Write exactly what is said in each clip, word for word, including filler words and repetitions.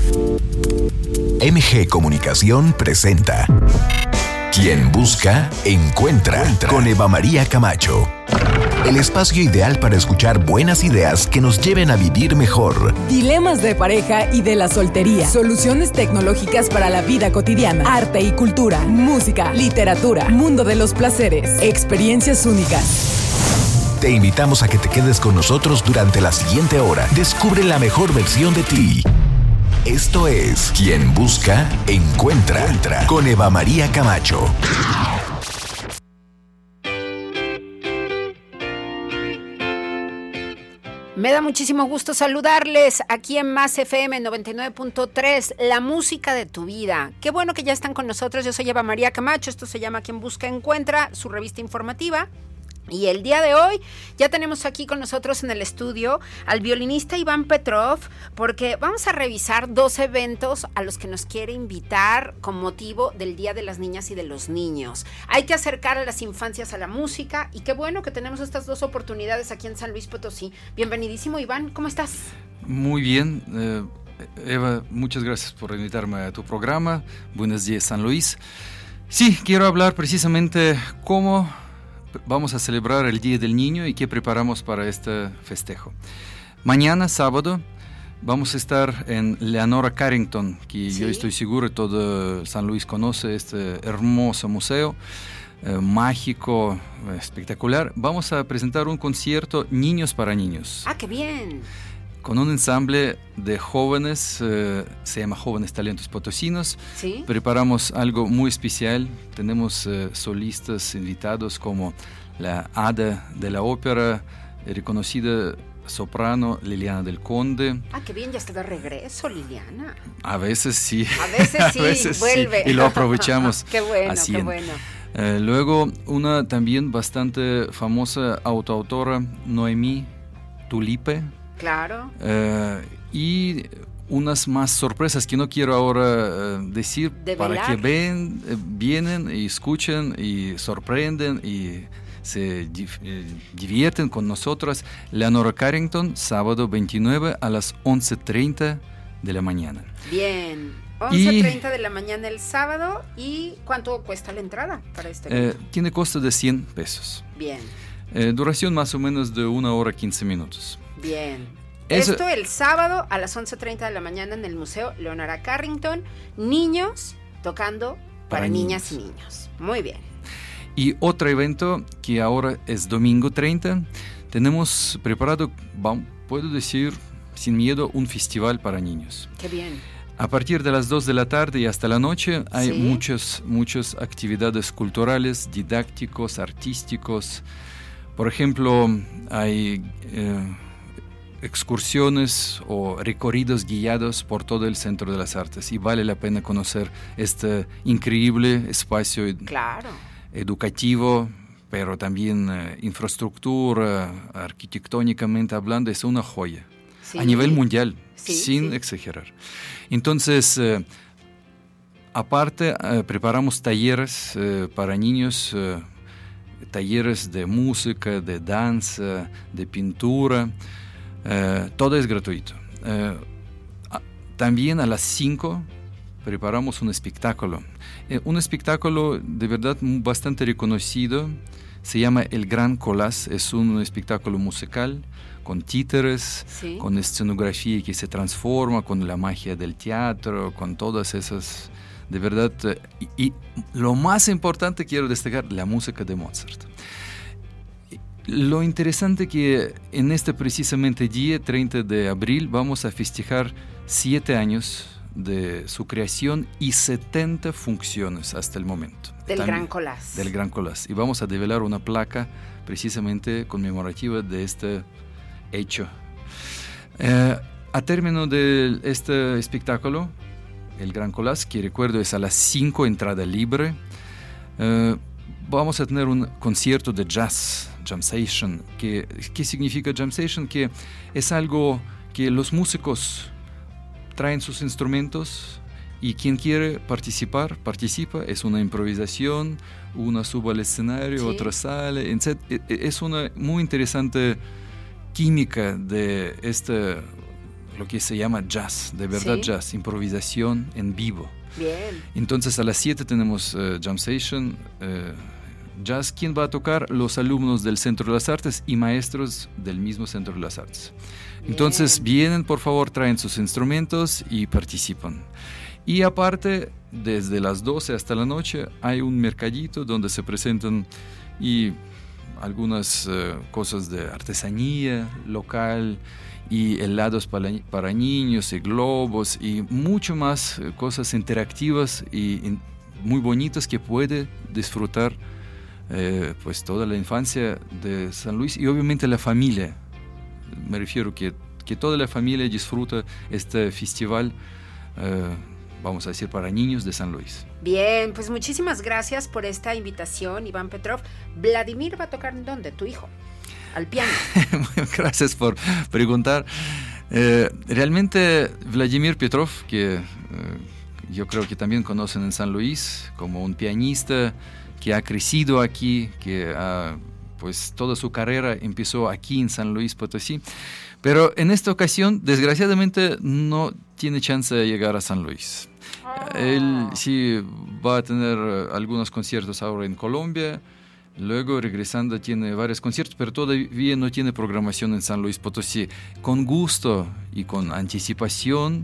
M G Comunicación presenta Quien busca, encuentra, con Eva María Camacho. El espacio ideal para escuchar buenas ideas que nos lleven a vivir mejor. Dilemas de pareja y de la soltería. Soluciones tecnológicas para la vida cotidiana. Arte y cultura. Música, literatura. Mundo de los placeres. Experiencias únicas. Te invitamos a que te quedes con nosotros durante la siguiente hora. Descubre la mejor versión de ti. Esto es Quien busca, encuentra, encuentra con Eva María Camacho. Me da muchísimo gusto saludarles aquí en Más F M noventa y nueve punto tres, la música de tu vida. Qué bueno que ya están con nosotros. Yo soy Eva María Camacho. Esto se llama Quien busca, encuentra, su revista informativa. Y el día de hoy ya tenemos aquí con nosotros en el estudio al violinista Iván Petrov, porque vamos a revisar dos eventos a los que nos quiere invitar con motivo del Día de las Niñas y de los Niños. Hay que acercar a las infancias a la música y qué bueno que tenemos estas dos oportunidades aquí en San Luis Potosí. Bienvenidísimo, Iván, ¿cómo estás? Muy bien, eh, Eva, muchas gracias por invitarme a tu programa. Buenos días, San Luis. Sí, quiero hablar precisamente cómo vamos a celebrar el Día del Niño y qué preparamos para este festejo. Mañana, sábado, vamos a estar en Leonora Carrington, que ¿sí? Yo estoy seguro todo San Luis conoce este hermoso museo, eh, mágico, espectacular. Vamos a presentar un concierto Niños para Niños. ¡Ah, qué bien! Con un ensamble de jóvenes, eh, se llama Jóvenes Talentos Potosinos. ¿Sí? Preparamos algo muy especial. Tenemos eh, solistas invitados como la hada de la ópera, reconocida soprano Liliana del Conde. Ah, qué bien, ya está de regreso, Liliana. A veces sí. A veces sí, A veces vuelve. Sí, y lo aprovechamos. Qué bueno, así. qué bueno. Eh, luego, una también bastante famosa autoautora, Noemí Tulipe. Claro. Uh, y unas más sorpresas que no quiero ahora uh, decir para que ven, eh, vienen y escuchen y sorprenden y se di- eh, divierten con nosotros. Leonora Carrington, sábado veintinueve a las once treinta de la mañana. Bien, once treinta de la mañana el sábado. ¿Y cuánto cuesta la entrada para este evento? Eh, tiene costo de cien pesos. Bien. Eh, duración más o menos de una hora quince minutos. Bien. Eso, Esto el sábado a las once treinta de la mañana en el Museo Leonora Carrington. Niños tocando para, para niñas niños. y niños. Muy bien. Y otro evento que ahora es domingo treinta. Tenemos preparado, puedo decir sin miedo, un festival para niños. Qué bien. A partir de las dos de la tarde y hasta la noche hay ¿sí? muchas, muchas actividades culturales, didácticos, artísticos. Por ejemplo, hay eh, excursiones o recorridos guiados por todo el Centro de las Artes y vale la pena conocer este increíble espacio ed- claro. educativo, pero también eh, infraestructura, arquitectónicamente hablando, es una joya sí. a nivel mundial, sí, sin sí. exagerar. Entonces, eh, aparte, eh, preparamos talleres eh, para niños, eh, talleres de música, de danza, de pintura. Uh, todo es gratuito. Uh, a, también a las cinco preparamos un espectáculo. Eh, un espectáculo de verdad bastante reconocido. Se llama El Gran Colás. Es un espectáculo musical con títeres, ¿sí? con escenografía que se transforma, con la magia del teatro, con todas esas... De verdad. Uh, y, y lo más importante quiero destacar, la música de Mozart. Lo interesante que en este precisamente día, treinta de abril, vamos a festejar siete años de su creación y setenta funciones hasta el momento. Del También, Gran Colás. Del Gran Colás. Y vamos a develar una placa precisamente conmemorativa de este hecho. Eh, a término de este espectáculo, el Gran Colás, que recuerdo es a las cinco, entrada libre, eh, vamos a tener un concierto de jazz, jam session. ¿Qué, qué significa jam session? Que es algo que los músicos traen sus instrumentos y quien quiere participar, participa. Es una improvisación, una sube al escenario, sí. otra sale, etcétera. Es una muy interesante química de este lo que se llama jazz, de verdad ¿Sí? jazz, improvisación en vivo. Bien. Entonces a las siete tenemos uh, Jam Session, uh, jazz. ¿Quién va a tocar? Los alumnos del Centro de las Artes y maestros del mismo Centro de las Artes. Bien. Entonces vienen, por favor, traen sus instrumentos y participan. Y aparte, desde las doce hasta la noche hay un mercadito donde se presentan y algunas uh, cosas de artesanía local y helados para, para niños y globos y mucho más uh, cosas interactivas y in, muy bonitas que puede disfrutar uh, pues toda la infancia de San Luis y obviamente la familia. Me refiero que, que toda la familia disfruta este festival uh, vamos a decir, para niños de San Luis. Bien, pues muchísimas gracias por esta invitación, Iván Petrov. Vladimir va a tocar ¿en dónde? ¿Tu hijo? Al piano. Gracias por preguntar. Eh, realmente Vladimir Petrov, que eh, yo creo que también conocen en San Luis, como un pianista que ha crecido aquí, que ha, pues toda su carrera empezó aquí en San Luis Potosí. Pero en esta ocasión, desgraciadamente, no tiene chance de llegar a San Luis. Oh. Él sí va a tener algunos conciertos ahora en Colombia, luego regresando tiene varios conciertos, pero todavía no tiene programación en San Luis Potosí. Con gusto y con anticipación,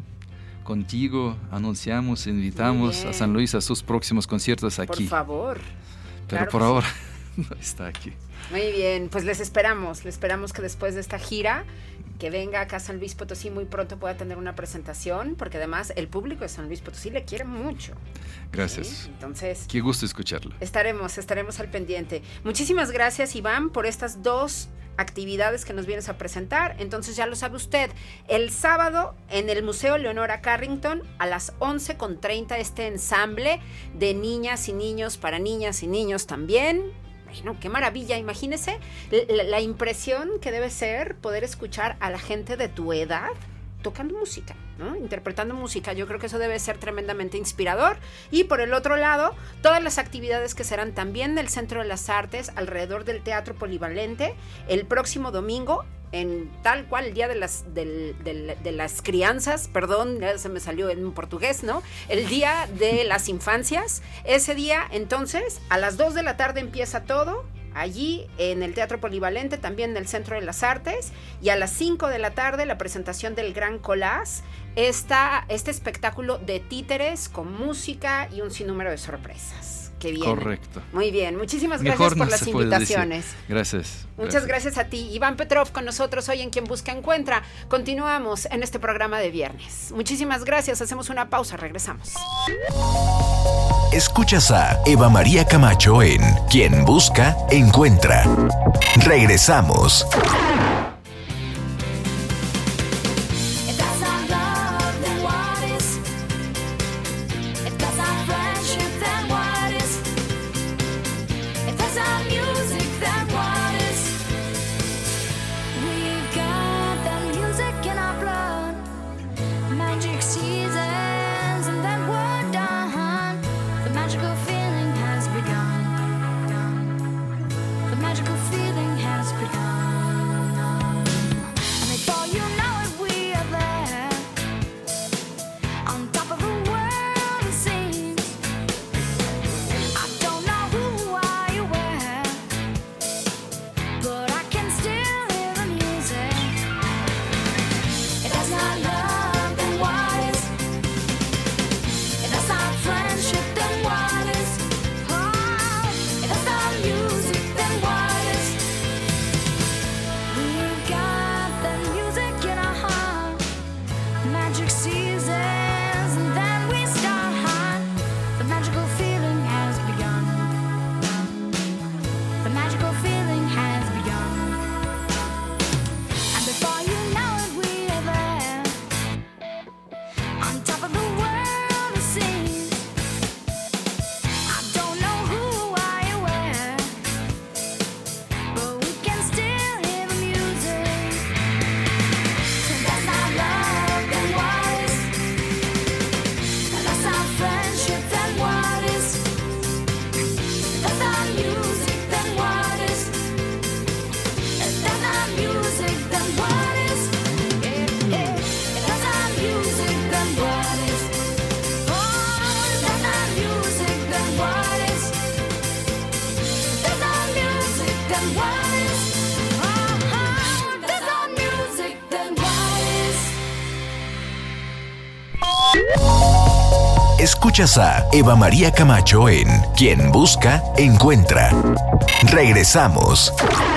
contigo anunciamos, invitamos a San Luis a sus próximos conciertos aquí. Por favor. Pero claro por ahora sí. No está aquí. Muy bien, pues les esperamos, les esperamos que después de esta gira que venga acá a San Luis Potosí muy pronto pueda tener una presentación, porque además el público de San Luis Potosí le quiere mucho. Gracias. ¿Sí? Entonces, qué gusto escucharlo. Estaremos, estaremos al pendiente. Muchísimas gracias, Iván, por estas dos actividades que nos vienes a presentar. Entonces ya lo sabe usted, el sábado en el Museo Leonora Carrington a las once con treinta este ensamble de niñas y niños para niñas y niños también. No, qué maravilla, imagínese la, la impresión que debe ser poder escuchar a la gente de tu edad tocando música, ¿no? Interpretando música. Yo creo que eso debe ser tremendamente inspirador. Y por el otro lado, todas las actividades que serán también del Centro de las Artes alrededor del Teatro Polivalente el próximo domingo, en tal cual el día de las, del, del, de las crianzas, perdón, ya se me salió en portugués, ¿no? El día de las infancias. Ese día, entonces, a las dos de la tarde empieza todo, allí en el Teatro Polivalente, también en el Centro de las Artes, y a las cinco de la tarde la presentación del Gran Collage, esta, este espectáculo de títeres con música y un sinnúmero de sorpresas. Que viene. Correcto. Muy bien, muchísimas gracias Mejor por no las invitaciones. Gracias. Muchas gracias. gracias a ti. Iván Petrov con nosotros hoy en Quien Busca Encuentra. Continuamos en este programa de viernes. Muchísimas gracias, hacemos una pausa, regresamos. Escuchas a Eva María Camacho en Quien Busca Encuentra. Regresamos. Escuchas a Eva María Camacho en Quien Busca, Encuentra. Regresamos.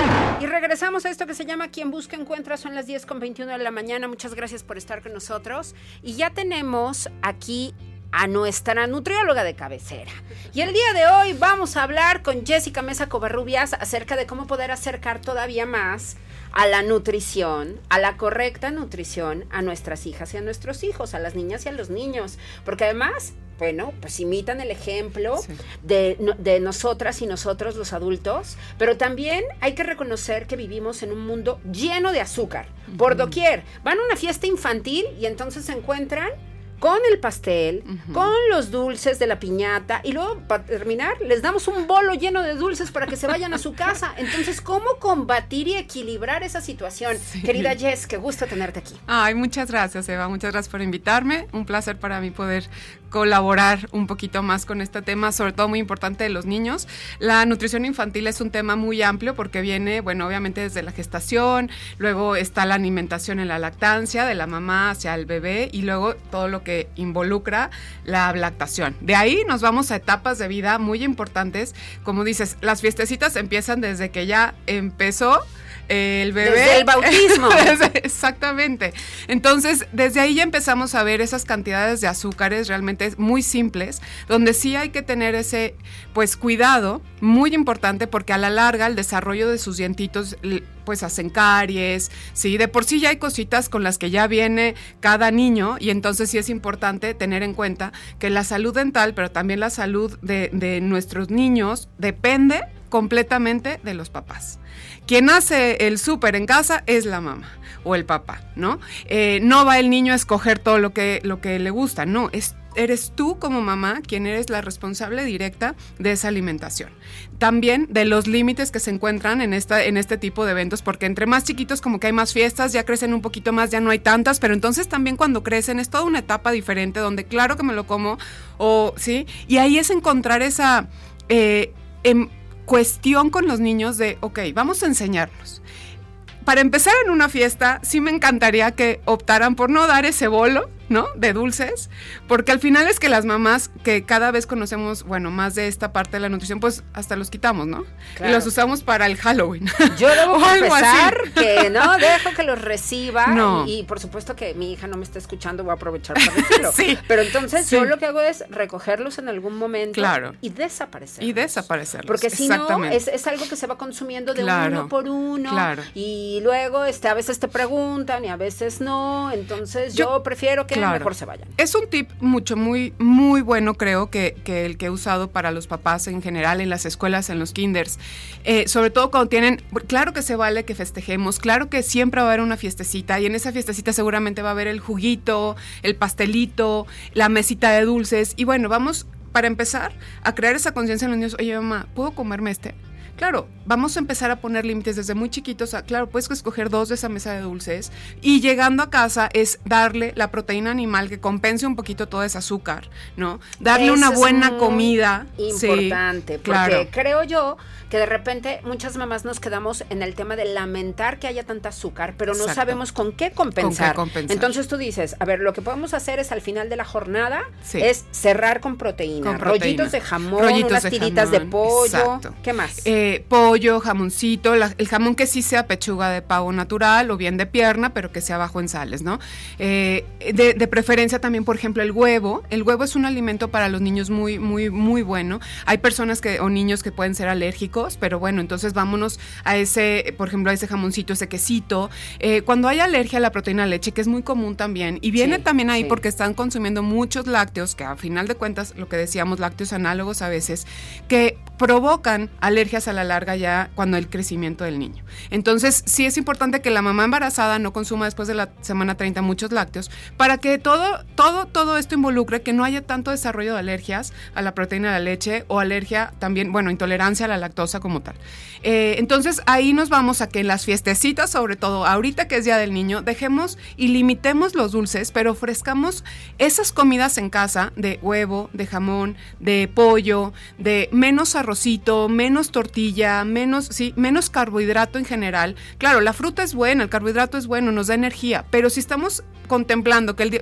Y regresamos a esto que se llama Quien Busca, Encuentra. Son las diez con veintiuno de la mañana. Muchas gracias por estar con nosotros. Y ya tenemos aquí a nuestra nutrióloga de cabecera. Y el día de hoy vamos a hablar con Jessica Mesa Covarrubias acerca de cómo poder acercar todavía más a la nutrición, a la correcta nutrición a nuestras hijas y a nuestros hijos, a las niñas y a los niños, porque además, bueno, pues imitan el ejemplo sí. de, de nosotras y nosotros los adultos, pero también hay que reconocer que vivimos en un mundo lleno de azúcar, uh-huh. por doquier. Van a una fiesta infantil y entonces se encuentran con el pastel, uh-huh. con los dulces de la piñata, y luego, para terminar, les damos un bolo lleno de dulces para que se vayan a su casa. Entonces, ¿cómo combatir y equilibrar esa situación? Sí. Querida Jess, qué gusto tenerte aquí. Ay, muchas gracias, Eva, muchas gracias por invitarme. Un placer para mí poder colaborar un poquito más con este tema, sobre todo muy importante de los niños. La nutrición infantil es un tema muy amplio porque viene, bueno, obviamente desde la gestación, luego está la alimentación en la lactancia, de la mamá hacia el bebé, y luego todo lo que involucra la lactación. De ahí nos vamos a etapas de vida muy importantes. Como dices, las fiestecitas empiezan desde que ya empezó el bebé. Desde el bautismo. Exactamente. Entonces, desde ahí ya empezamos a ver esas cantidades de azúcares realmente muy simples, donde sí hay que tener ese, pues, cuidado muy importante, porque a la larga el desarrollo de sus dientitos, pues, hacen caries, ¿sí? De por sí ya hay cositas con las que ya viene cada niño, y entonces sí es importante tener en cuenta que la salud dental, pero también la salud de, de nuestros niños, depende completamente de los papás. Quien hace el súper en casa es la mamá o el papá, ¿no? Eh, no va el niño a escoger todo lo que, lo que le gusta, no, es, eres tú como mamá quien eres la responsable directa de esa alimentación. También de los límites que se encuentran en, esta, en este tipo de eventos, porque entre más chiquitos como que hay más fiestas, ya crecen un poquito más, ya no hay tantas, pero entonces también cuando crecen es toda una etapa diferente donde claro que me lo como, o sí, y ahí es encontrar esa eh, em, cuestión con los niños de, ok, vamos a enseñarnos. Para empezar en una fiesta, sí me encantaría que optaran por no dar ese bolo, ¿no? De dulces, porque al final es que las mamás que cada vez conocemos, bueno, más de esta parte de la nutrición, pues hasta los quitamos, ¿no? Claro. Y los usamos para el Halloween. Yo debo confesar que no, dejo que los reciba, no. y, y por supuesto que mi hija no me está escuchando, voy a aprovechar para decirlo. Sí. Pero entonces sí. yo lo que hago es recogerlos en algún momento, claro. y desaparecerlos. Y desaparecerlos. Porque si no, es, es algo que se va consumiendo de claro. uno por uno, claro. y luego este, a veces te preguntan y a veces no, entonces yo, yo prefiero que claro. mejor se vayan. Es un tip mucho, muy, muy bueno, creo, que, que el que he usado para los papás en general, en las escuelas, en los kinders, eh, sobre todo cuando tienen, claro que se vale que festejemos, claro que siempre va a haber una fiestecita, y en esa fiestecita seguramente va a haber el juguito, el pastelito, la mesita de dulces, y bueno, vamos, para empezar, a crear esa conciencia en los niños. Oye, mamá, ¿puedo comerme este? Claro, vamos a empezar a poner límites desde muy chiquitos. A, claro, puedes escoger dos de esa mesa de dulces, y llegando a casa es darle la proteína animal que compense un poquito todo ese azúcar, ¿no? Darle Eso una buena es muy comida. importante, sí, porque claro. creo yo que de repente muchas mamás nos quedamos en el tema de lamentar que haya tanta azúcar, pero no Exacto. sabemos con qué compensar. Con qué compensar. Entonces tú dices, a ver, lo que podemos hacer es al final de la jornada sí. es cerrar con proteína, con proteína. rollitos de jamón, rollitos unas de tiritas jamón. de pollo. Exacto. ¿Qué más? Eh, pollo, jamoncito, la, el jamón que sí sea pechuga de pavo natural o bien de pierna, pero que sea bajo en sales, ¿no? Eh, de, de preferencia también, por ejemplo, el huevo. El huevo es un alimento para los niños muy, muy, muy bueno. Hay personas que, o niños que pueden ser alérgicos, pero bueno, entonces vámonos a ese, por ejemplo, a ese jamoncito, ese quesito. Eh, cuando hay alergia a la proteína de leche, que es muy común también, y viene sí, también ahí sí. porque están consumiendo muchos lácteos, que a final de cuentas, lo que decíamos, lácteos análogos a veces, que provocan alergias a la larga ya cuando hay el crecimiento del niño. Entonces, sí es importante que la mamá embarazada no consuma después de la semana treinta muchos lácteos, para que todo, todo, todo esto involucre que no haya tanto desarrollo de alergias a la proteína de la leche, o alergia también, bueno, intolerancia a la lactosa como tal. Eh, entonces, ahí nos vamos a que en las fiestecitas, sobre todo ahorita que es Día del Niño, dejemos y limitemos los dulces, pero ofrezcamos esas comidas en casa de huevo, de jamón, de pollo, de menos arrocito, menos tortilla, menos, sí, menos carbohidrato en general. Claro, la fruta es buena, el carbohidrato es bueno, nos da energía, pero si estamos contemplando que el, el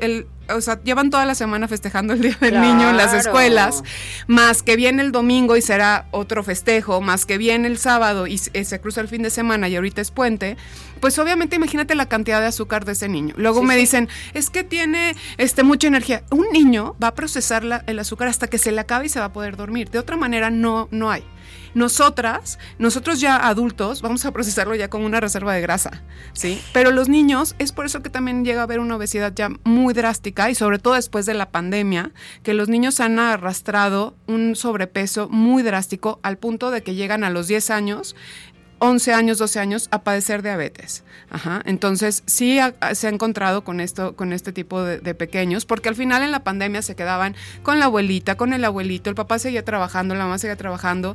o sea, llevan toda la semana festejando el Día del Claro. Niño en las escuelas, más que viene el domingo y será otro festejo, más que viene el sábado y se, se cruza el fin de semana y ahorita es puente, pues obviamente imagínate la cantidad de azúcar de ese niño. Luego Sí, me sí. dicen, es que tiene este mucha energía. Un niño va a procesar la, el azúcar hasta que se le acabe y se va a poder dormir. De otra manera no, no hay. Nosotras, nosotros ya adultos, vamos a procesarlo ya con una reserva de grasa, ¿sí? Pero los niños, es por eso que también llega a haber una obesidad ya muy drástica y sobre todo después de la pandemia, que los niños han arrastrado un sobrepeso muy drástico al punto de que llegan a los diez años, once años, doce años a padecer diabetes. Ajá. Entonces, sí ha, se ha encontrado con esto, con este tipo de, de pequeños, porque al final en la pandemia se quedaban con la abuelita, con el abuelito, el papá seguía trabajando, la mamá seguía trabajando,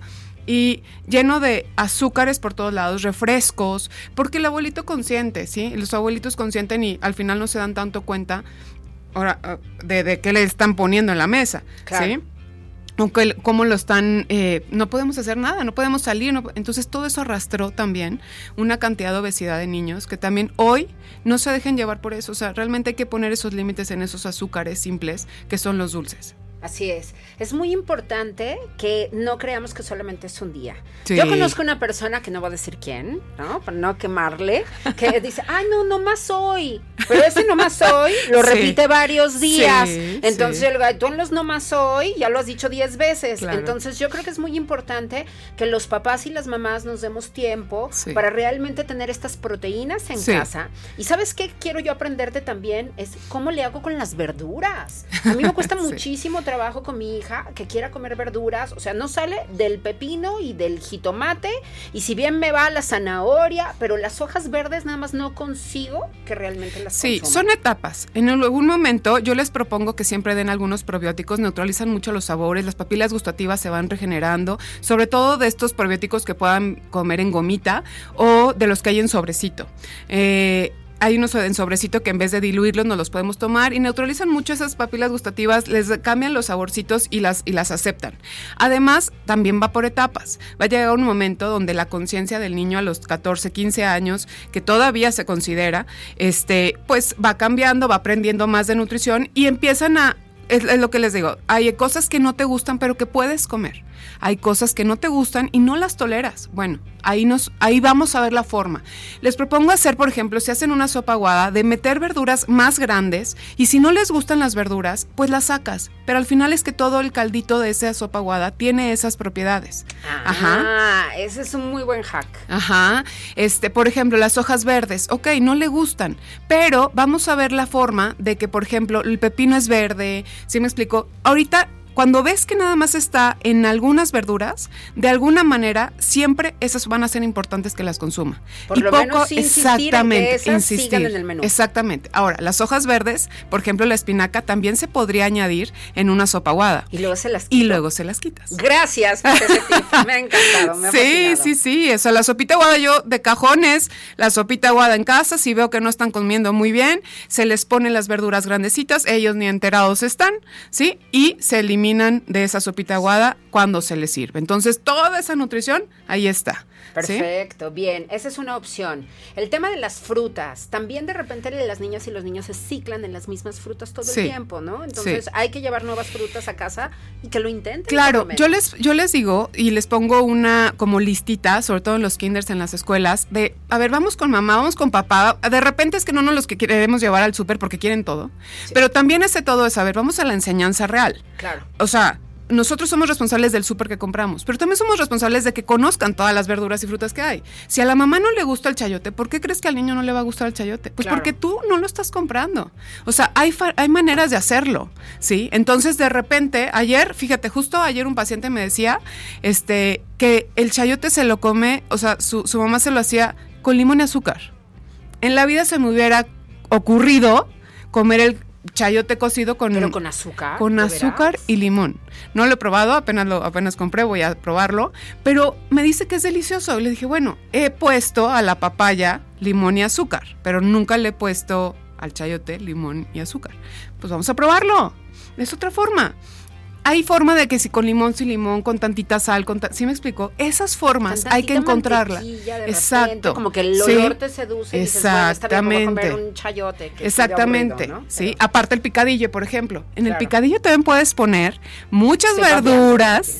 y lleno de azúcares por todos lados, refrescos, porque el abuelito consiente, ¿sí? Los abuelitos consienten y al final no se dan tanto cuenta ahora, de, de qué le están poniendo en la mesa, Claro. ¿sí? Aunque cómo lo están, eh, no podemos hacer nada, no podemos salir, no, entonces todo eso arrastró también una cantidad de obesidad de niños que también hoy no se dejen llevar por eso, o sea, realmente hay que poner esos límites en esos azúcares simples que son los dulces. Así es. Es muy importante que no creamos que solamente es un día. Sí. Yo conozco una persona, que no voy a decir quién, ¿no? Para no quemarle, que dice, ay, no, no más hoy. Pero ese no más hoy lo Sí. repite varios días. Sí, Entonces sí. yo le digo, "Ay, tú en los no más hoy ya lo has dicho diez veces". Claro. Entonces yo creo que es muy importante que los papás y las mamás nos demos tiempo Sí. para realmente tener estas proteínas en Sí. casa. Y ¿sabes qué quiero yo aprenderte también? Es cómo le hago con las verduras. A mí me cuesta Sí. muchísimo trabajo con mi hija que quiera comer verduras, o sea, no sale del pepino y del jitomate, y si bien me va la zanahoria, pero las hojas verdes nada más no consigo que realmente las Sí, consuma. son etapas. En algún momento yo les propongo que siempre den algunos probióticos, neutralizan mucho los sabores, las papilas gustativas se van regenerando, sobre todo de estos probióticos que puedan comer en gomita o de los que hay en sobrecito. Eh, Hay unos en sobrecito que en vez de diluirlos nos los podemos tomar y neutralizan mucho esas papilas gustativas, les cambian los saborcitos y las, y las aceptan. Además, también va por etapas. Va a llegar un momento donde la conciencia del niño a los catorce, quince años, que todavía se considera, este, pues va cambiando, va aprendiendo más de nutrición y empiezan a... Es, es lo que les digo, hay cosas que no te gustan pero que puedes comer. Hay cosas que no te gustan y no las toleras. Bueno, ahí, nos, ahí vamos a ver la forma. Les propongo hacer, por ejemplo, si hacen una sopa aguada, de meter verduras más grandes y si no les gustan las verduras, pues las sacas. Pero al final es que todo el caldito de esa sopa aguada tiene esas propiedades. Ajá. Ah, ese es un muy buen hack. Ajá, este, por ejemplo, las hojas verdes, ok, no le gustan, pero vamos a ver la forma de que, por ejemplo, el pepino es verde, ¿sí me explico? Ahorita, cuando ves que nada más está en algunas verduras, de alguna manera, siempre esas van a ser importantes que las consuma. Por lo menos sí insistir en que esas sigan en el menú. Exactamente. Ahora, las hojas verdes, por ejemplo, la espinaca también se podría añadir en una sopa aguada. Y luego se las Y quito. luego se las quitas. Gracias por ese tip. Me ha encantado, me ha Sí, fascinado. sí, sí, o sea, la sopita aguada yo de cajones, la sopita aguada en casa, si veo que no están comiendo muy bien, se les ponen las verduras grandecitas, ellos ni enterados están, ¿sí? Y se eliminan de esa sopita aguada cuando se les sirve. Entonces, toda esa nutrición, ahí está. ¿sí? Perfecto, bien, esa es una opción. El tema de las frutas, también de repente las niñas y los niños se ciclan en las mismas frutas todo Sí. el tiempo, ¿no? Entonces Sí. hay que llevar nuevas frutas a casa y que lo intenten. Claro, por lo yo menos. les, yo les digo y les pongo una como listita, sobre todo en los kinders, en las escuelas, de, a ver, vamos con mamá, vamos con papá. De repente es que no nos los que queremos llevar al súper porque quieren todo, Sí. pero también ese todo es, a ver, vamos a la enseñanza real. Claro. O sea, nosotros somos responsables del súper que compramos, pero también somos responsables de que conozcan todas las verduras y frutas que hay. Si a la mamá no le gusta el chayote, ¿por qué crees que al niño no le va a gustar el chayote? Pues Claro. porque tú no lo estás comprando. O sea, hay, fa- hay maneras de hacerlo, ¿sí? Entonces, de repente, ayer, fíjate, justo ayer un paciente me decía este, que el chayote se lo come, o sea, su, su mamá se lo hacía con limón y azúcar. En la vida se me hubiera ocurrido comer el chayote cocido con, Pero con azúcar. con ¿de azúcar veras? y limón. No lo he probado, apenas lo apenas compré, voy a probarlo, pero me dice que es delicioso. Y le dije, bueno, he puesto a la papaya limón y azúcar, pero nunca le he puesto al chayote limón y azúcar. Pues vamos a probarlo. Es otra forma. hay forma de que si con limón, sin limón, con tantita sal, con ta- ¿sí me explico? Esas formas hay que encontrarlas. Exacto. Repente, como que el olor sí, te seduce y dices, bueno, está bien, voy a comer un chayote. Que exactamente, aburrido, ¿no? Sí. Pero, aparte el picadillo, por ejemplo. En claro. el picadillo también puedes poner muchas Se verduras,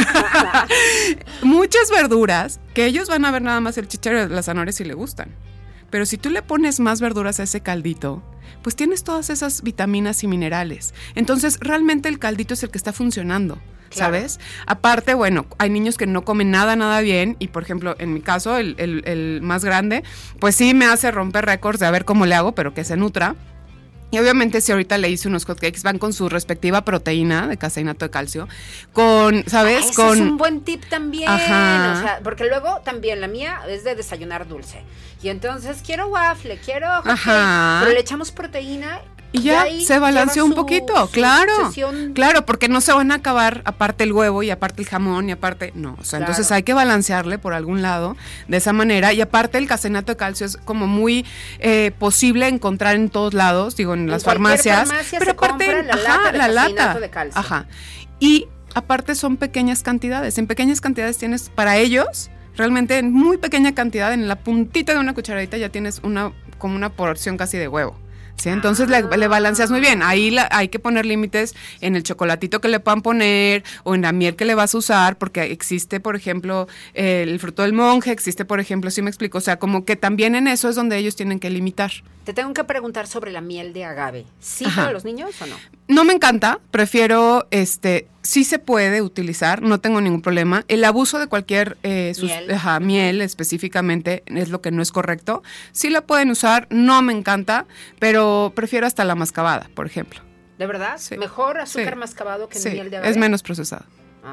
muchas verduras, que ellos van a ver nada más el chícharo y las zanahorias si le gustan. Pero si tú le pones más verduras a ese caldito, pues tienes todas esas vitaminas y minerales. Entonces, realmente el caldito es el que está funcionando, claro. ¿sabes? Aparte, bueno, hay niños que no comen nada, nada bien. Y, por ejemplo, en mi caso, el, el, el más grande, pues sí me hace romper récords de a ver cómo le hago, pero que se nutra. Y obviamente si ahorita le hice unos hotcakes, van con su respectiva proteína de caseinato de calcio, con, ¿sabes? Ah, ese con... es un buen tip también. Ajá. O sea, porque luego también la mía es de desayunar dulce. Y entonces quiero waffle, quiero hotcake, pero le echamos proteína. Y ya y se balanceó un poquito, su, claro, sesión. Claro, porque no se van a acabar aparte el huevo y aparte el jamón y aparte, no, o sea, claro. entonces hay que balancearle por algún lado de esa manera y aparte el caseinato de calcio es como muy eh, posible encontrar en todos lados, digo, en, en las farmacias, farmacia pero se aparte, compra la ajá, lata de la caseinato lata, de calcio. Ajá, y aparte son pequeñas cantidades, en pequeñas cantidades tienes para ellos, realmente en muy pequeña cantidad, en la puntita de una cucharadita ya tienes una como una porción casi de huevo. Sí, entonces ah. le, le balanceas muy bien. Ahí la, hay que poner límites en el chocolatito que le puedan poner o en la miel que le vas a usar, porque existe, por ejemplo, el fruto del monje, existe, por ejemplo, ¿sí me explico? O sea, como que también en eso es donde ellos tienen que limitar. Te tengo que preguntar sobre la miel de agave. ¿Sí Ajá. para los niños o no? No me encanta, prefiero, este, sí se puede utilizar, no tengo ningún problema. El abuso de cualquier eh, sus, miel. Ajá, miel específicamente es lo que no es correcto. Sí la pueden usar, no me encanta, pero prefiero hasta la mascabada, por ejemplo. ¿De verdad? Sí. ¿Mejor azúcar sí. mascabado que sí. miel de agave? Es menos procesado.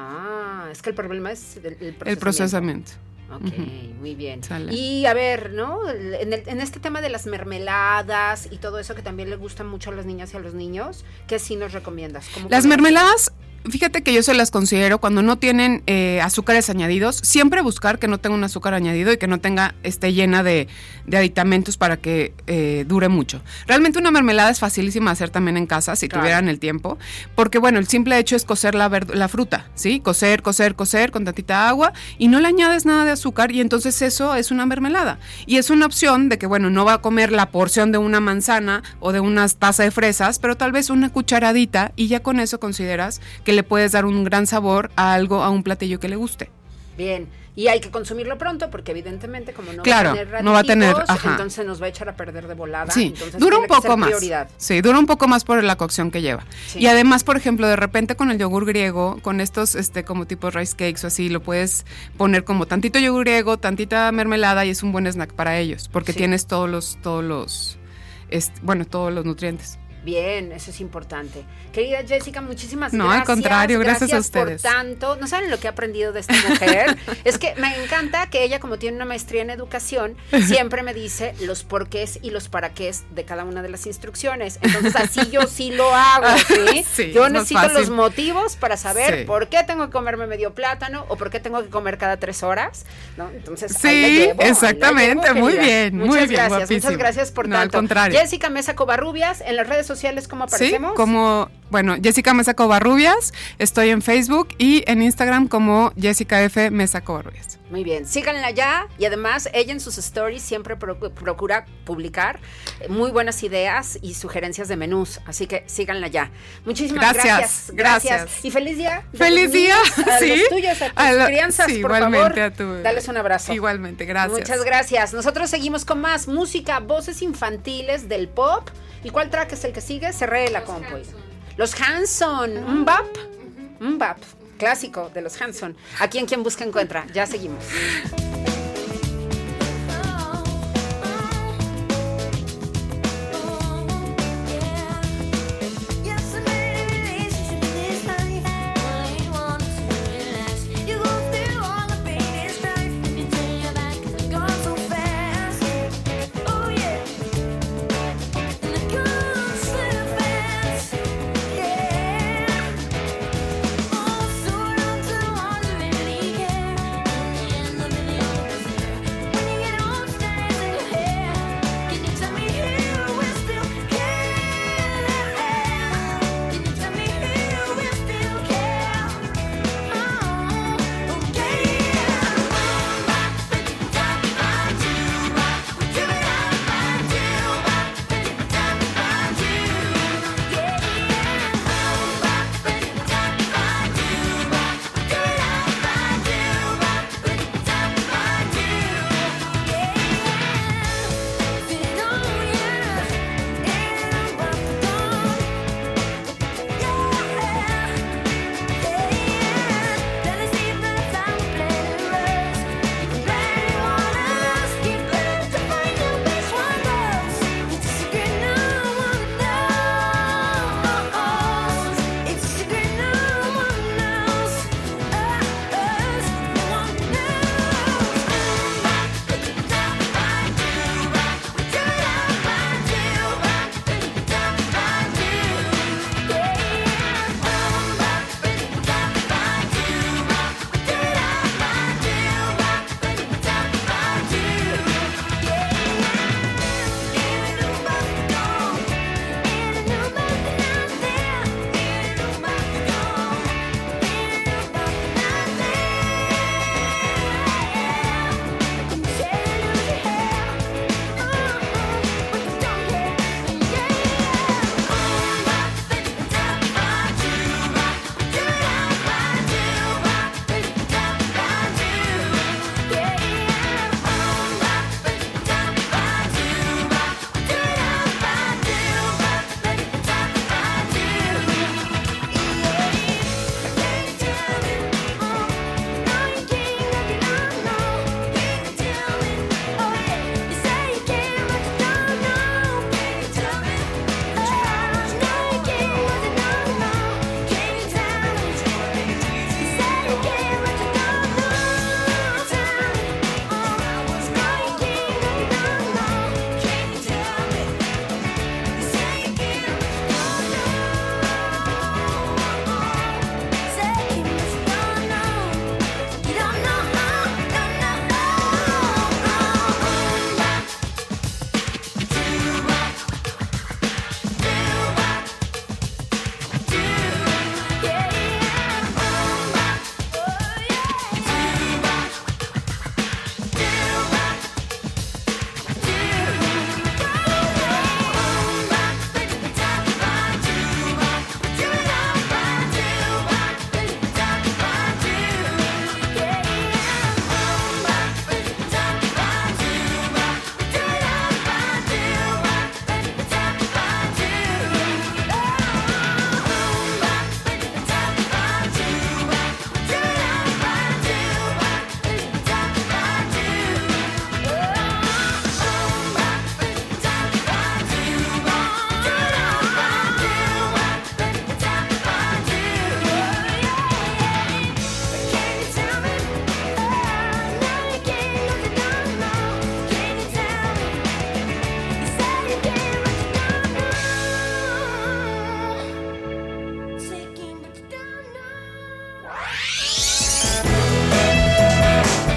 Ah, es que el problema es el, el procesamiento. El procesamiento. Ok, uh-huh. muy bien. Sale. Y a ver, ¿no? En, el, en este tema de las mermeladas y todo eso que también le gusta mucho a las niñas y a los niños, ¿qué sí nos recomiendas? ¿Cómo las mermeladas, fíjate que yo se las considero cuando no tienen eh, azúcares añadidos, siempre buscar que no tenga un azúcar añadido y que no tenga, esté llena de, de aditamentos para que eh, dure mucho. Realmente una mermelada es facilísima hacer también en casa, si claro. tuvieran el tiempo, porque bueno, el simple hecho es cocer la, verd- la fruta, ¿sí? Cocer, cocer, cocer con tantita agua y no le añades nada de azúcar y entonces eso es una mermelada. Y es una opción de que, bueno, no va a comer la porción de una manzana o de una taza de fresas, pero tal vez una cucharadita y ya con eso consideras que le puedes dar un gran sabor a algo, a un platillo que le guste. Bien, y hay que consumirlo pronto porque evidentemente como no claro, va a tener no va a tener, ajá. entonces nos va a echar a perder de volada. Sí, entonces dura un poco más. Prioridad. Sí, dura un poco más por la cocción que lleva. Sí. Y además, por ejemplo, de repente con el yogur griego, con estos este como tipo rice cakes o así, lo puedes poner como tantito yogur griego, tantita mermelada y es un buen snack para ellos, porque sí. tienes todos los todos los este, bueno, todos los nutrientes. Bien, eso es importante. Querida Jessica, muchísimas no, gracias. No, al contrario, gracias, gracias a ustedes. Por tanto, no saben lo que he aprendido de esta mujer. Es que me encanta que ella, como tiene una maestría en educación, siempre me dice los porqués y los paraqués de cada una de las instrucciones. Entonces, así yo sí lo hago, ¿sí? sí yo necesito los motivos para saber sí. por qué tengo que comerme medio plátano o por qué tengo que comer cada tres horas, ¿no? Entonces, sí, ahí la llevo, exactamente, ahí la llevo, muy bien, muchas muy bien, gracias, guapísimo. Muchas gracias por no, tanto. Al contrario. Jessica Mesa Covarrubias, en las redes sociales, ¿cómo aparecemos? Sí, como, bueno, Jessica Mesa Covarrubias, estoy en Facebook y en Instagram como Jessica F. Mesa Covarrubias. Muy bien, síganla ya y además ella en sus stories siempre procura publicar muy buenas ideas y sugerencias de menús, así que síganla ya. Muchísimas gracias. Gracias. Gracias. gracias. Y feliz día. Feliz día. A sí. los tuyos, a tus a lo, crianzas, sí, por igualmente favor. A tu, dales un abrazo. Igualmente, gracias. Muchas gracias. Nosotros seguimos con más música, voces infantiles del pop. ¿Y cuál track es el que sigue? Cerré la compu. Los Hanson, un bap, un bap, clásico de los Hanson. Aquí en Quien Busca Encuentra. Ya seguimos. Oh, so don't, don't really care. In the end,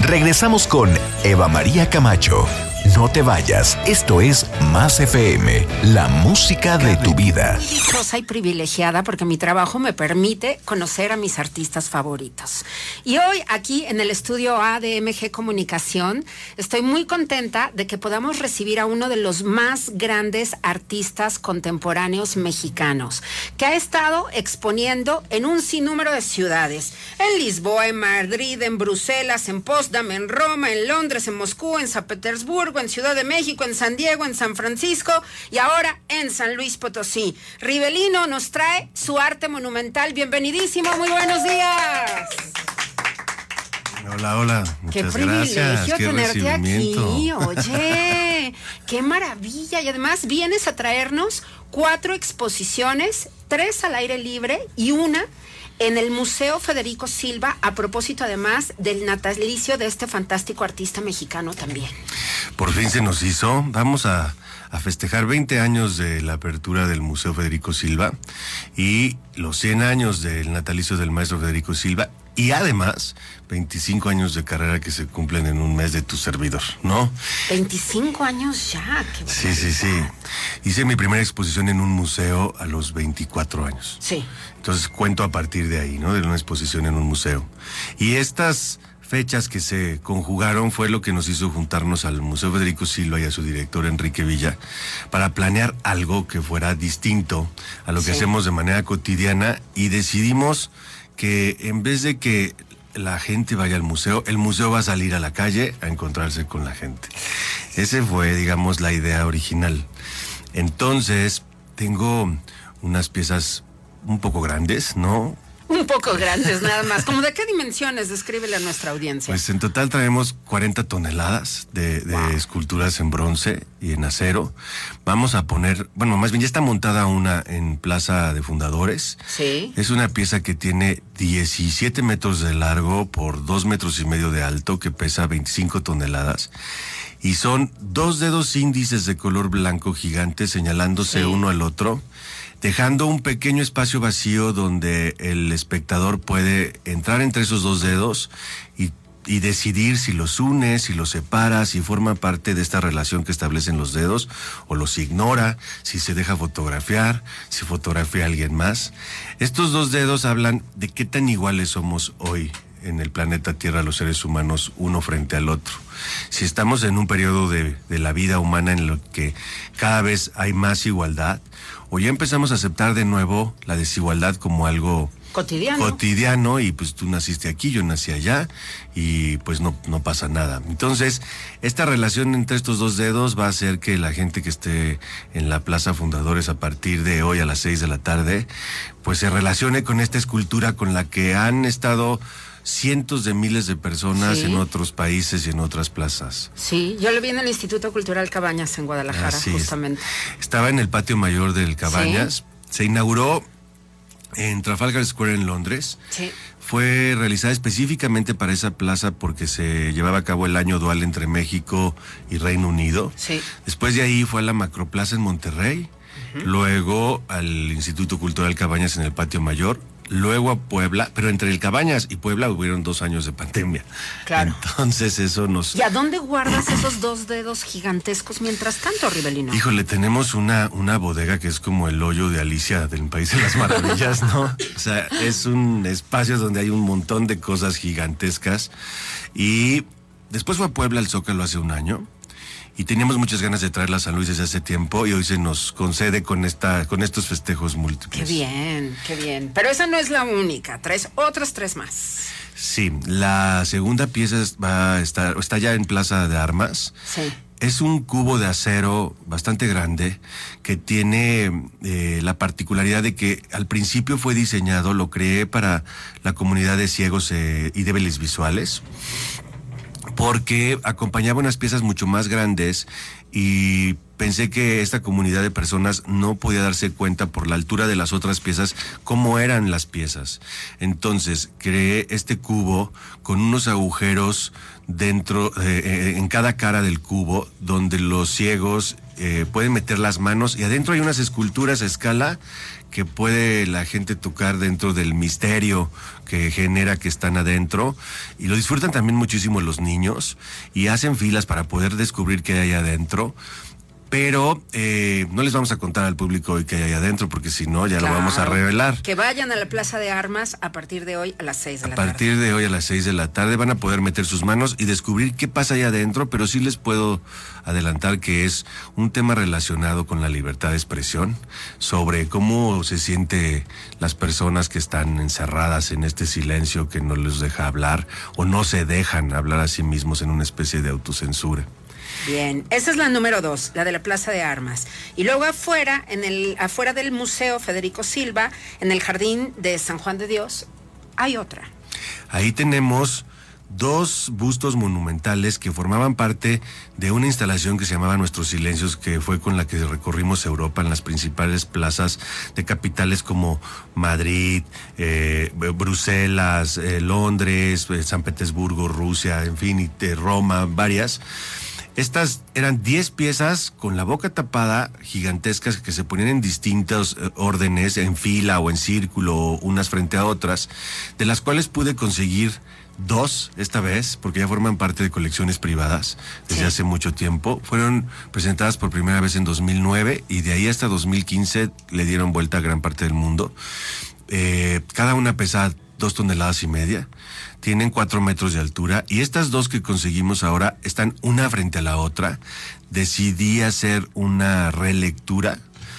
Regresamos con Eva María Camacho. No te vayas, esto es Más F M, la música de tu vida. Soy dichosa y privilegiada porque mi trabajo me permite conocer a mis artistas favoritos. Y hoy aquí en el estudio A de M G Comunicación estoy muy contenta de que podamos recibir a uno de los más grandes artistas contemporáneos mexicanos, que ha estado exponiendo en un sinnúmero de ciudades, en Lisboa, en Madrid, en Bruselas, en Potsdam, en Roma, en Londres, en Moscú, en San Petersburgo, en Ciudad de México, en San Diego, en San Francisco y ahora en San Luis Potosí. Rivelino nos trae su arte monumental. Bienvenidísimo, muy buenos días. Hola, hola. Muchas qué privilegio gracias. tenerte aquí. Oye, qué maravilla. Y además vienes a traernos cuatro exposiciones, tres al aire libre y una en el Museo Federico Silva, a propósito además del natalicio de este fantástico artista mexicano también. Por fin se nos hizo. Vamos a, a festejar veinte años de la apertura del Museo Federico Silva y los cien años del natalicio del maestro Federico Silva y además veinticinco años de carrera que se cumplen en un mes de tu servidor, ¿no? veinticinco años ya, qué Sí, sí, sí. Hice mi primera exposición en un museo a los veinticuatro años. Sí. Entonces cuento a partir de ahí, ¿no? De una exposición en un museo. Y estas fechas que se conjugaron fue lo que nos hizo juntarnos al Museo Federico Silva y a su director Enrique Villa para planear algo que fuera distinto a lo que sí. hacemos de manera cotidiana, y decidimos que en vez de que la gente vaya al museo, el museo va a salir a la calle a encontrarse con la gente. Ese fue, digamos, la idea original. Entonces, tengo unas piezas un poco grandes, ¿no? Un poco grandes, nada más. ¿Cómo de qué dimensiones? Descríbele a nuestra audiencia. Pues en total traemos cuarenta toneladas de, de wow. esculturas en bronce y en acero. Vamos a poner, bueno, más bien ya está montada una en Plaza de Fundadores. Sí. Es una pieza que tiene diecisiete metros de largo por dos metros y medio de alto, que pesa veinticinco toneladas. Y son dos dedos índices de color blanco gigantes señalándose sí. uno al otro, dejando un pequeño espacio vacío donde el espectador puede entrar entre esos dos dedos y, y decidir si los une, si los separa, si forma parte de esta relación que establecen los dedos, o los ignora, si se deja fotografiar, si fotografía a alguien más. Estos dos dedos hablan de qué tan iguales somos hoy en el planeta Tierra los seres humanos, uno frente al otro. Si estamos en un periodo de, de la vida humana en lo que cada vez hay más igualdad, o ya empezamos a aceptar de nuevo la desigualdad como algo cotidiano, cotidiano y pues tú naciste aquí, yo nací allá y pues no, no pasa nada. Entonces, esta relación entre estos dos dedos va a hacer que la gente que esté en la Plaza Fundadores a partir de hoy a las seis de la tarde, pues se relacione con esta escultura con la que han estado cientos de miles de personas sí. en otros países y en otras plazas. Sí, yo lo vi en el Instituto Cultural Cabañas en Guadalajara, Así justamente. Es. Estaba en el patio mayor del Cabañas. ¿Sí? Se inauguró en Trafalgar Square en Londres. Sí. Fue realizada específicamente para esa plaza porque se llevaba a cabo el año dual entre México y Reino Unido. Sí. Después de ahí fue a la Macroplaza en Monterrey, uh-huh. luego al Instituto Cultural Cabañas en el patio mayor, luego a Puebla, pero entre el Cabañas y Puebla hubieron dos años de pandemia. Claro. Entonces eso nos... ¿Y a dónde guardas esos dos dedos gigantescos mientras tanto, Rivelino? Híjole, tenemos una, una bodega que es como el hoyo de Alicia del País de las Maravillas, ¿no? O sea, es un espacio donde hay un montón de cosas gigantescas. Y después fue a Puebla al Zócalo hace un año. Y teníamos muchas ganas de traerla a San Luis desde hace tiempo y hoy se nos concede con esta, con estos festejos múltiples. Qué bien, qué bien. Pero esa no es la única, traes otras tres más. Sí, la segunda pieza va a estar, está ya en Plaza de Armas. Sí. Es un cubo de acero bastante grande que tiene eh, la particularidad de que al principio fue diseñado, lo creé para la comunidad de ciegos eh, y débiles visuales, porque acompañaba unas piezas mucho más grandes y pensé que esta comunidad de personas no podía darse cuenta por la altura de las otras piezas cómo eran las piezas. Entonces creé este cubo con unos agujeros dentro, eh, en cada cara del cubo, donde los ciegos eh, pueden meter las manos, y adentro hay unas esculturas a escala que puede la gente tocar dentro del misterio que genera que están adentro, y lo disfrutan también muchísimo los niños y hacen filas para poder descubrir qué hay adentro. Pero eh, no les vamos a contar al público hoy qué hay adentro, porque si no ya claro, lo vamos a revelar. Que vayan a la Plaza de Armas a partir de hoy a las seis de la tarde. A partir de hoy a las seis de la tarde van a poder meter sus manos y descubrir qué pasa ahí adentro, pero sí les puedo adelantar que es un tema relacionado con la libertad de expresión, sobre cómo se sienten las personas que están encerradas en este silencio que no les deja hablar o no se dejan hablar a sí mismos en una especie de autocensura. Bien, esa es la número dos, la de la Plaza de Armas. Y luego afuera, en el, afuera del Museo Federico Silva, en el Jardín de San Juan de Dios, hay otra. Ahí tenemos dos bustos monumentales que formaban parte de una instalación que se llamaba Nuestros Silencios, que fue con la que recorrimos Europa en las principales plazas de capitales como Madrid, eh, Bruselas, eh, Londres, eh, San Petersburgo, Rusia, en fin, y de Roma, varias. Estas eran diez piezas con la boca tapada, gigantescas, que se ponían en distintos eh, órdenes, en fila o en círculo, unas frente a otras, de las cuales pude conseguir dos esta vez, porque ya forman parte de colecciones privadas desde sí. hace mucho tiempo. Fueron presentadas por primera vez en dos mil nueve y de ahí hasta dos mil quince le dieron vuelta a gran parte del mundo. Eh, cada una pesaba dos toneladas y media. Tienen cuatro metros de altura, y estas dos que conseguimos ahora están una frente a la otra. Decidí hacer una relectura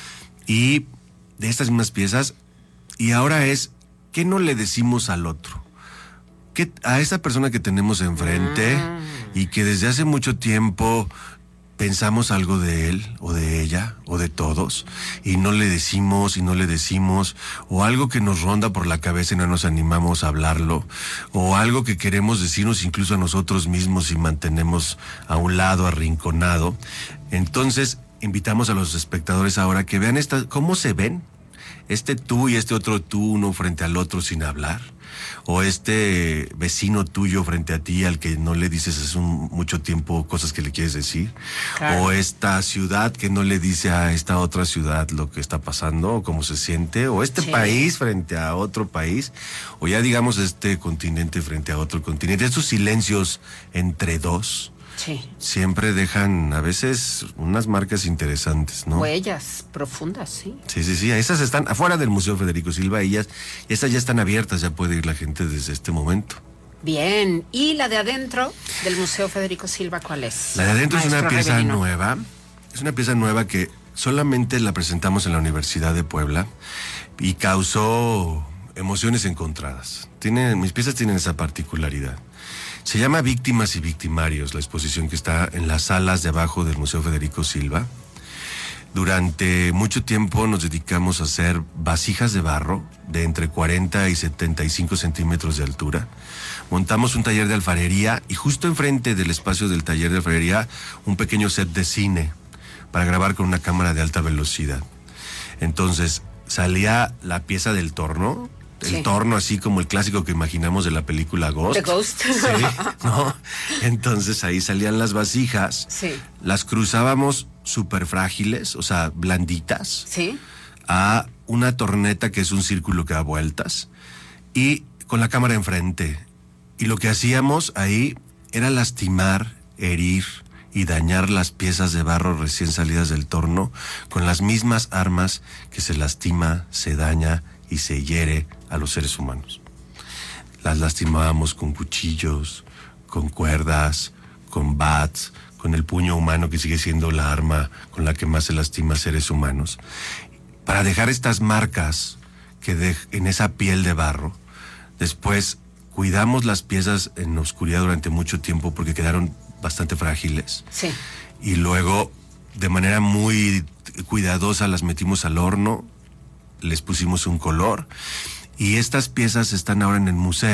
y de estas mismas piezas, y ahora es, ¿qué no le decimos al otro? ¿Qué, a esa persona que tenemos enfrente mm. y que desde hace mucho tiempo pensamos algo de él o de ella o de todos y no le decimos y no le decimos, o algo que nos ronda por la cabeza y no nos animamos a hablarlo, o algo que queremos decirnos incluso a nosotros mismos y mantenemos a un lado, arrinconado? Entonces invitamos a los espectadores ahora que vean esta, cómo se ven este tú y este otro tú, uno frente al otro sin hablar, o este vecino tuyo frente a ti al que no le dices hace un, mucho tiempo cosas que le quieres decir, claro. O esta ciudad que no le dice a esta otra ciudad lo que está pasando o cómo se siente, o este sí. país frente a otro país, o ya digamos este continente frente a otro continente. Estos silencios entre dos sí. siempre dejan a veces unas marcas interesantes, ¿no? Huellas profundas, sí. Sí, sí, sí. Esas están afuera del Museo Federico Silva, y ellas, estas ya están abiertas, ya puede ir la gente desde este momento. Bien. ¿Y la de adentro del Museo Federico Silva cuál es? La de adentro Maestro es una pieza Reverino. nueva. Es una pieza nueva que solamente la presentamos en la Universidad de Puebla y causó emociones encontradas. Tiene, mis piezas tienen esa particularidad. Se llama Víctimas y Victimarios, la exposición que está en las salas de abajo del Museo Federico Silva. Durante mucho tiempo nos dedicamos a hacer vasijas de barro de entre cuarenta y setenta y cinco centímetros de altura. Montamos un taller de alfarería y justo enfrente del espacio del taller de alfarería un pequeño set de cine para grabar con una cámara de alta velocidad. Entonces salía la pieza del torno, el sí. torno así como el clásico que imaginamos de la película Ghost. The Ghost. Sí, ¿no? Entonces ahí salían las vasijas, sí. las cruzábamos súper frágiles, o sea, blanditas, sí. a una torneta que es un círculo que da vueltas, y con la cámara enfrente. Y lo que hacíamos ahí era lastimar, herir y dañar las piezas de barro recién salidas del torno con las mismas armas que se lastima, se daña y se hiere a los seres humanos. Las lastimábamos con cuchillos, con cuerdas, con bats, con el puño humano, que sigue siendo la arma con la que más se lastima a seres humanos, para dejar estas marcas que de, en esa piel de barro. Después cuidamos las piezas en oscuridad durante mucho tiempo porque quedaron bastante frágiles. Sí. Y luego, de manera muy cuidadosa, las metimos al horno, les pusimos un color, y estas piezas están ahora en el museo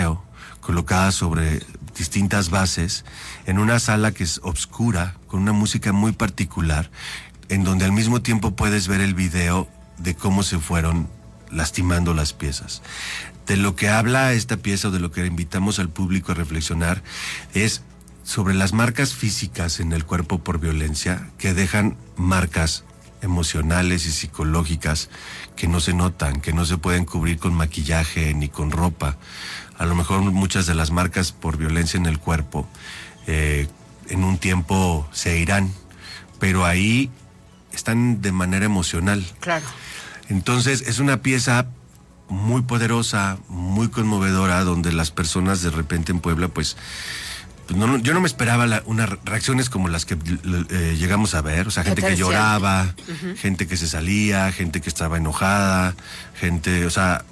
colocadas sobre distintas bases, en una sala que es oscura, con una música muy particular, en donde al mismo tiempo puedes ver el video de cómo se fueron lastimando las piezas. De lo que habla esta pieza, o de lo que invitamos al público a reflexionar, es sobre las marcas físicas en el cuerpo por violencia, que dejan marcas emocionales y psicológicas que no se notan, que no se pueden cubrir con maquillaje ni con ropa. A lo mejor muchas de las marcas por violencia en el cuerpo eh, en un tiempo se irán, pero ahí están de manera emocional. Claro. Entonces es una pieza muy poderosa, muy conmovedora, donde las personas de repente en Puebla, pues, pues no, yo no me esperaba la, unas reacciones como las que eh, llegamos a ver, o sea, gente que lloraba, uh-huh. gente que se salía, gente que estaba enojada, gente, o sea,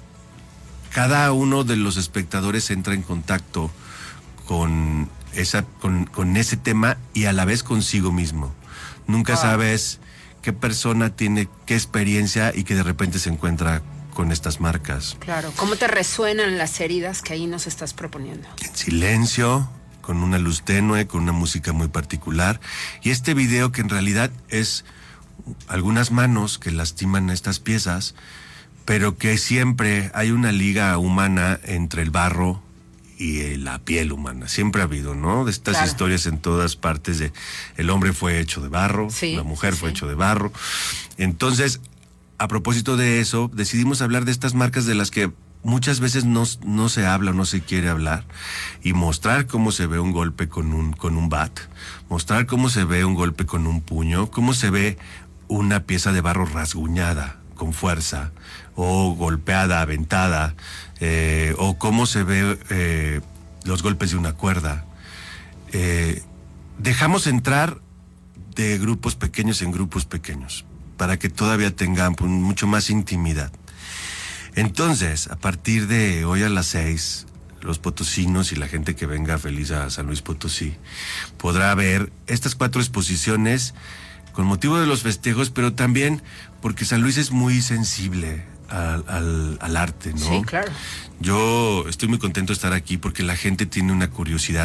cada uno de los espectadores entra en contacto con esa, con, con ese tema y a la vez consigo mismo. Nunca oh. sabes qué persona tiene qué experiencia y que de repente se encuentra con estas marcas. Claro, ¿cómo te resuenan las heridas que ahí nos estás proponiendo? En silencio, con una luz tenue, con una música muy particular. Y este video, que en realidad es algunas manos que lastiman estas piezas, pero que siempre hay una liga humana entre el barro y la piel humana. Siempre ha habido, ¿no? De estas claro. historias en todas partes de el hombre fue hecho de barro, sí, la mujer sí, fue sí. hecho de barro. Entonces, a propósito de eso, decidimos hablar de estas marcas de las que muchas veces no, no se habla o no se quiere hablar, y mostrar cómo se ve un golpe con un, con un bat, mostrar cómo se ve un golpe con un puño, cómo se ve una pieza de barro rasguñada con fuerza, o golpeada, aventada, eh, o cómo se ve eh, los golpes de una cuerda. Eh, dejamos entrar de grupos pequeños en grupos pequeños, para que todavía tengan pues, mucho más intimidad. Entonces, a partir de hoy a las seis, los potosinos y la gente que venga feliz a San Luis Potosí podrá ver estas cuatro exposiciones con motivo de los festejos, pero también porque San Luis es muy sensible al, al, al arte, ¿no? Sí, claro. Yo estoy muy contento de estar aquí porque la gente tiene una curiosidad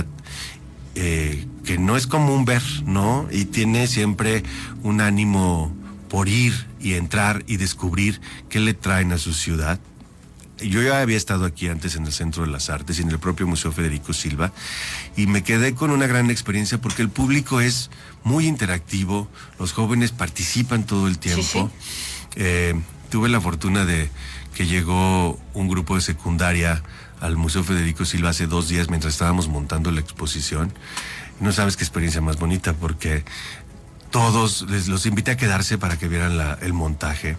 eh, que no es común ver, ¿no? Y tiene siempre un ánimo por ir y entrar y descubrir qué le traen a su ciudad. Yo ya había estado aquí antes en el Centro de las Artes y en el propio Museo Federico Silva, y me quedé con una gran experiencia porque el público es muy interactivo, los jóvenes participan todo el tiempo. Sí, sí. Eh, tuve la fortuna de que llegó un grupo de secundaria al Museo Federico Silva hace dos días mientras estábamos montando la exposición. No sabes qué experiencia más bonita, porque todos les los invité a quedarse para que vieran la, el montaje.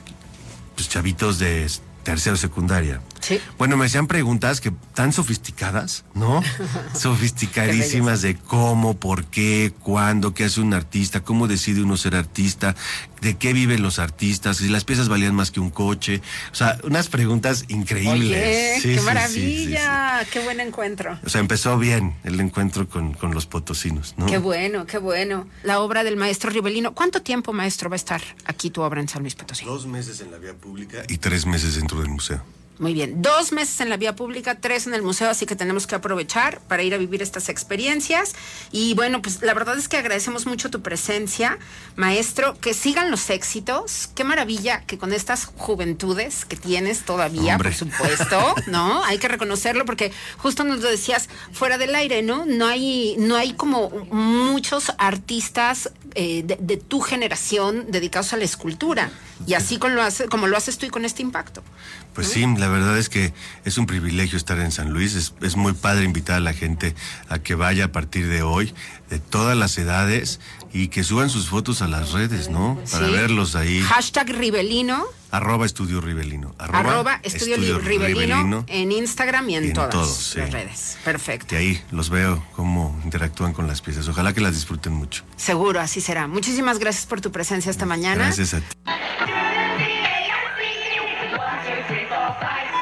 Pues chavitos de tercero secundaria. Sí. Bueno, me hacían preguntas que tan sofisticadas, ¿no? Sofisticadísimas de cómo, por qué, cuándo, qué hace un artista, cómo decide uno ser artista, de qué viven los artistas, si las piezas valían más que un coche. O sea, unas preguntas increíbles. Oye, sí, qué sí, maravilla, sí, sí, sí. Qué buen encuentro. O sea, empezó bien el encuentro con, con los potosinos, ¿no? Qué bueno, qué bueno. La obra del maestro Ribelino. ¿Cuánto tiempo, maestro, va a estar aquí tu obra en San Luis Potosí? Dos meses en la vía pública y tres meses dentro del museo. Muy bien, dos meses en la vía pública, tres en el museo, así que tenemos que aprovechar para ir a vivir estas experiencias. Y bueno, pues la verdad es que agradecemos mucho tu presencia, maestro, que sigan los éxitos. Qué maravilla que con estas juventudes que tienes todavía, Hombre. por supuesto, ¿no? Hay que reconocerlo porque justo nos lo decías fuera del aire, ¿no? No hay, no hay como muchos artistas eh, de, de tu generación dedicados a la escultura. Y así como lo, hace, como lo haces tú y con este impacto. Pues sí, la verdad es que es un privilegio estar en San Luis. Es, es muy padre invitar a la gente a que vaya a partir de hoy, de todas las edades, y que suban sus fotos a las redes, ¿no? Para sí. verlos ahí. Hashtag Ribelino. Arroba Estudio Ribelino. Arroba, arroba Estudio, Estudio Ribelino, Ribelino en Instagram y en, y en todas todos, sí. las redes. Perfecto. Y ahí los veo cómo interactúan con las piezas. Ojalá que las disfruten mucho. Seguro, así será. Muchísimas gracias por tu presencia esta mañana. Gracias a ti. Bye.